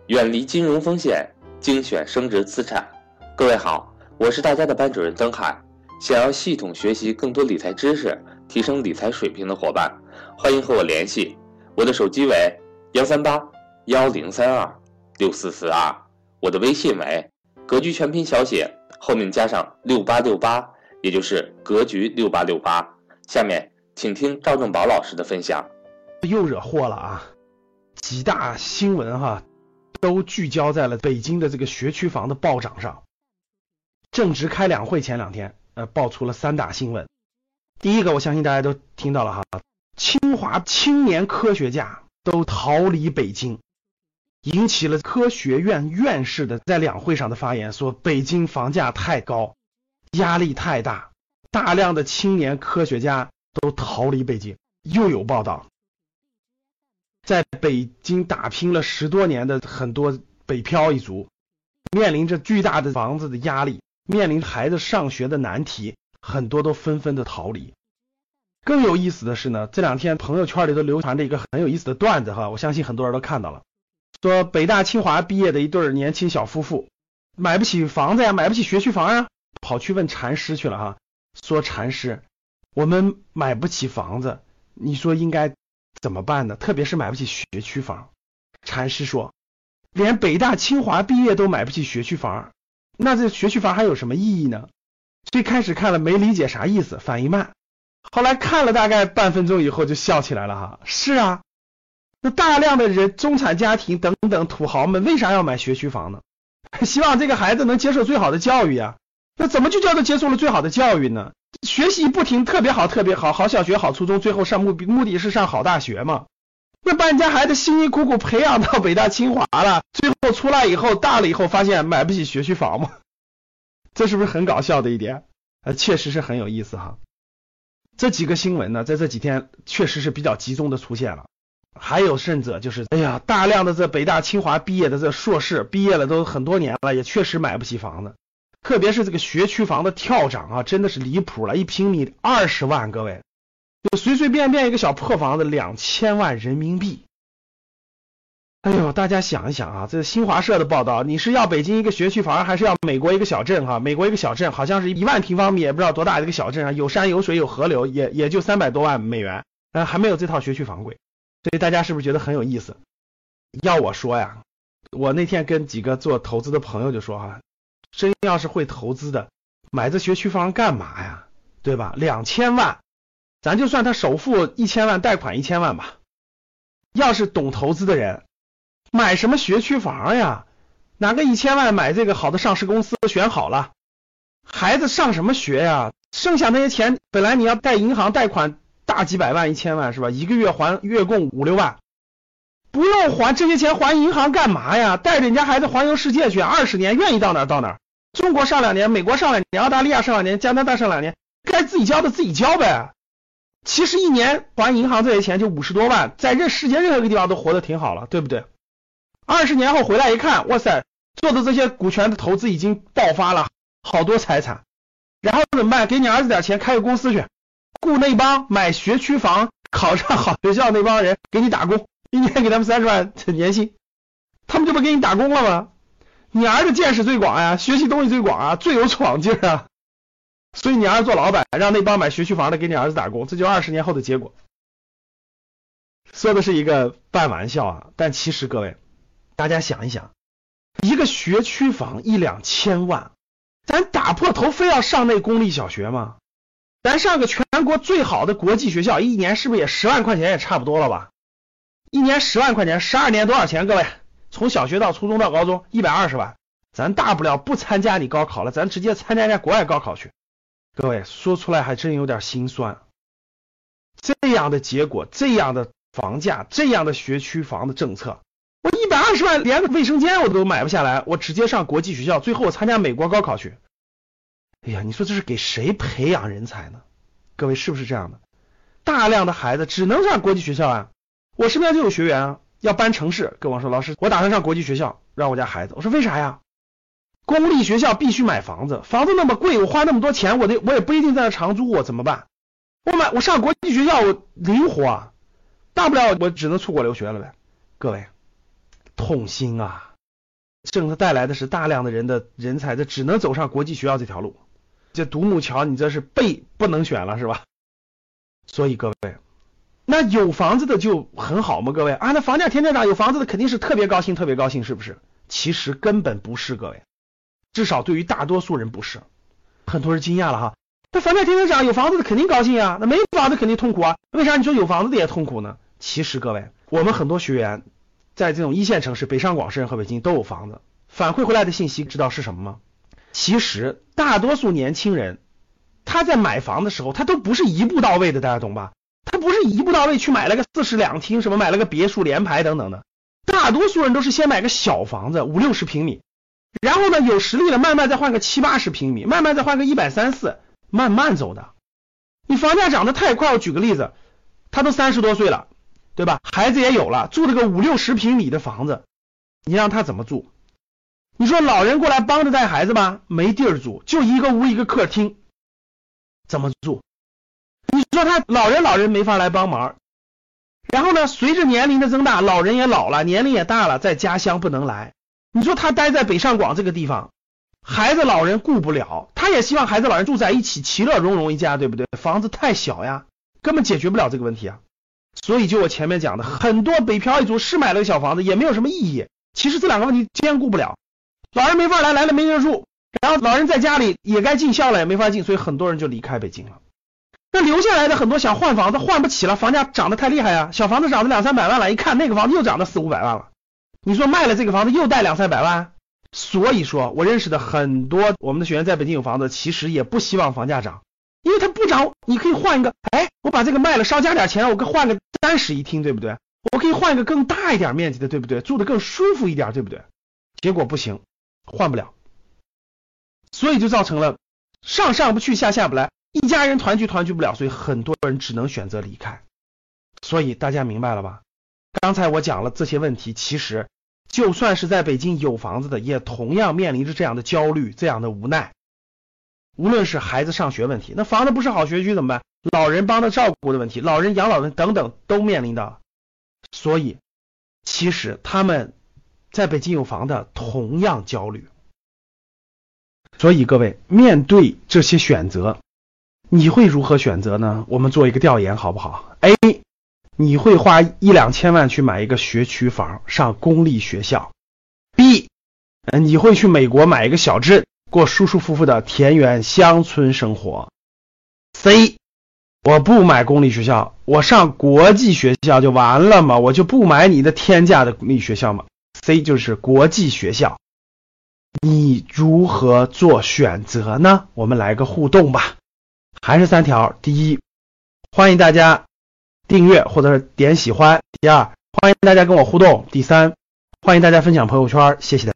远离金融风险，精选升值资产。各位好，我是大家的班主任曾海。想要系统学习更多理财知识，提升理财水平的伙伴，欢迎和我联系。我的手机为13810326442，我的微信为格局全拼小写后面加上6868，也就是格局6868。下面请听赵正宝老师的分享。 又惹祸了啊！几大新闻都聚焦在了北京的这个学区房的暴涨上。正值开两会前2天，爆出了3大新闻。第一个，我相信大家都听到了清华青年科学家都逃离北京，引起了科学院院士的在两会上的发言，说北京房价太高，压力太大，大量的青年科学家都逃离北京。又有报道，在北京打拼了10多年的很多北漂一族，面临着巨大的房子的压力，面临孩子上学的难题，很多都纷纷的逃离。更有意思的是呢，这2天朋友圈里都流传着一个很有意思的段子我相信很多人都看到了。说北大清华毕业的一对年轻小夫妇，买不起房子呀，买不起学区房呀，跑去问禅师去了说禅师，我们买不起房子，你说应该怎么办呢？特别是买不起学区房。禅师说，连北大清华毕业都买不起学区房，那这学区房还有什么意义呢？最开始看了没理解啥意思，反应慢，后来看了大概半分钟以后就笑起来了是啊，那大量的人，中产家庭等等土豪们为啥要买学区房呢？希望这个孩子能接受最好的教育啊。那怎么就叫做接受了最好的教育呢？学习不停，特别好特别好，好小学好初中，最后上目的是上好大学嘛。那把人家孩子辛辛苦苦培养到北大清华了，最后出来以后大了以后发现买不起学区房嘛，这是不是很搞笑的一点？确实是很有意思这几个新闻呢，在这几天确实是比较集中的出现了。还有甚者就是大量的这北大清华毕业的这硕士毕业了都很多年了，也确实买不起房子。特别是这个学区房的跳涨真的是离谱了，1平米20万，各位，就随随便便一个小破房子2000万人民币。大家想一想这新华社的报道，你是要北京一个学区房，还是要美国一个小镇美国一个小镇好像是1万平方米，也不知道多大的一个小镇有山有水有河流，也就300多万美元，还没有这套学区房贵。所以大家是不是觉得很有意思？要我说我那天跟几个做投资的朋友就说真要是会投资的，买这学区房干嘛呀？对吧？2000万，咱就算他首付1000万，贷款1000万吧。要是懂投资的人，买什么学区房呀？拿个1000万买这个好的上市公司选好了，孩子上什么学呀？剩下那些钱，本来你要贷银行贷款大几百万1000万是吧？一个月还月供5、6万，不用还这些钱，还银行干嘛呀？带着人家孩子环游世界去，20年愿意到哪儿到哪儿。中国上2年，美国上2年，澳大利亚上2年，加拿大上2年，该自己交的自己交呗。其实1年还银行这些钱就50多万，在世界任何一个地方都活得挺好了，对不对？20年后回来一看，哇塞，做的这些股权的投资已经爆发了好多财产，然后怎么办？给你儿子点钱，开个公司去，雇那帮买学区房考上好学校那帮人给你打工，1年给他们30万年薪，他们就不给你打工了吗？你儿子见识最广呀，学习东西最广最有闯劲所以你儿子做老板，让那帮买学区房的给你儿子打工，这就20年后的结果。说的是一个半玩笑但其实各位大家想一想，一个学区房1、2千万，咱打破头非要上那公立小学吗？咱上个全国最好的国际学校，1年是不是也10万块钱也差不多了吧？1年10万块钱，12年多少钱？各位，从小学到初中到高中120万，咱大不了不参加你高考了，咱直接参加人家国外高考去。各位说出来还真有点心酸。这样的结果，这样的房价，这样的学区房的政策，我120万连个卫生间我都买不下来，我直接上国际学校，最后我参加美国高考去。你说这是给谁培养人才呢？各位是不是这样的？大量的孩子只能上国际学校我身边就有学员要搬城市，跟我说老师，我打算上国际学校，让我家孩子。我说为啥呀？公立学校必须买房子，房子那么贵，我花那么多钱，我也不一定在那长租，我怎么办？我上国际学校我灵活大不了我只能出国留学了呗。各位，痛心政策带来的是大量的人才，这只能走上国际学校这条路。这独木桥你这是背不能选了是吧？所以各位，那有房子的就很好吗？各位啊，那房价天天涨，有房子的肯定是特别高兴，特别高兴，是不是？其实根本不是，各位，至少对于大多数人不是。很多人惊讶了哈，那房价天天涨，有房子的肯定高兴啊，那没房子肯定痛苦啊，为啥你说有房子的也痛苦呢？其实各位，我们很多学员在这种一线城市，北上广深和北京都有房子，反馈回来的信息知道是什么吗？其实大多数年轻人他在买房的时候，他都不是一步到位的，大家懂吧？他不是一步到位去买了个40两厅，什么买了个别墅联排等等的，大多数人都是先买个小房子50-60平米，然后呢有实力了慢慢再换个70-80平米，慢慢再换个130-140，慢慢走的。你房价涨得太快，我举个例子，他都30多岁了，对吧？孩子也有了，住了个50-60平米的房子，你让他怎么住？你说老人过来帮着带孩子吧，没地儿住，就一个屋一个客厅，怎么住？你说他老人没法来帮忙，然后呢，随着年龄的增大，老人也老了，年龄也大了，在家乡不能来。你说他待在北上广这个地方，孩子老人顾不了，他也希望孩子老人住在一起，其乐融融一家，对不对？房子太小呀，根本解决不了这个问题啊。所以就我前面讲的，很多北漂一族是买了个小房子，也没有什么意义。其实这两个问题兼顾不了，老人没法来了没地儿住，然后老人在家里也该尽孝了，也没法尽，所以很多人就离开北京了。那留下来的很多想换房子换不起了，房价涨得太厉害啊，小房子涨得200-300万了，一看那个房子又涨得400-500万了，你说卖了这个房子又贷200-300万。所以说我认识的很多我们的学员在北京有房子，其实也不希望房价涨，因为它不涨你可以换一个，我把这个卖了少加点钱，我可以换个3室一厅，对不对？我可以换一个更大一点面积的，对不对？住得更舒服一点，对不对？结果不行，换不了，所以就造成了上不去下不来，一家人团聚不了，所以很多人只能选择离开。所以大家明白了吧？刚才我讲了这些问题，其实就算是在北京有房子的，也同样面临着这样的焦虑，这样的无奈。无论是孩子上学问题，那房子不是好学区怎么办？老人帮他照顾的问题，老人养老的等等都面临到了。所以其实他们在北京有房的同样焦虑。所以各位，面对这些选择，你会如何选择呢？我们做一个调研好不好？ A， 你会花1-2千万去买一个学区房上公立学校。 B， 你会去美国买一个小镇过舒舒服服的田园乡村生活。 C， 我不买公立学校，我上国际学校就完了嘛，我就不买你的天价的公立学校嘛。 C 就是国际学校。你如何做选择呢？我们来个互动吧，还是3条。第一，欢迎大家订阅或者是点喜欢。第二，欢迎大家跟我互动。第三，欢迎大家分享朋友圈。谢谢大家。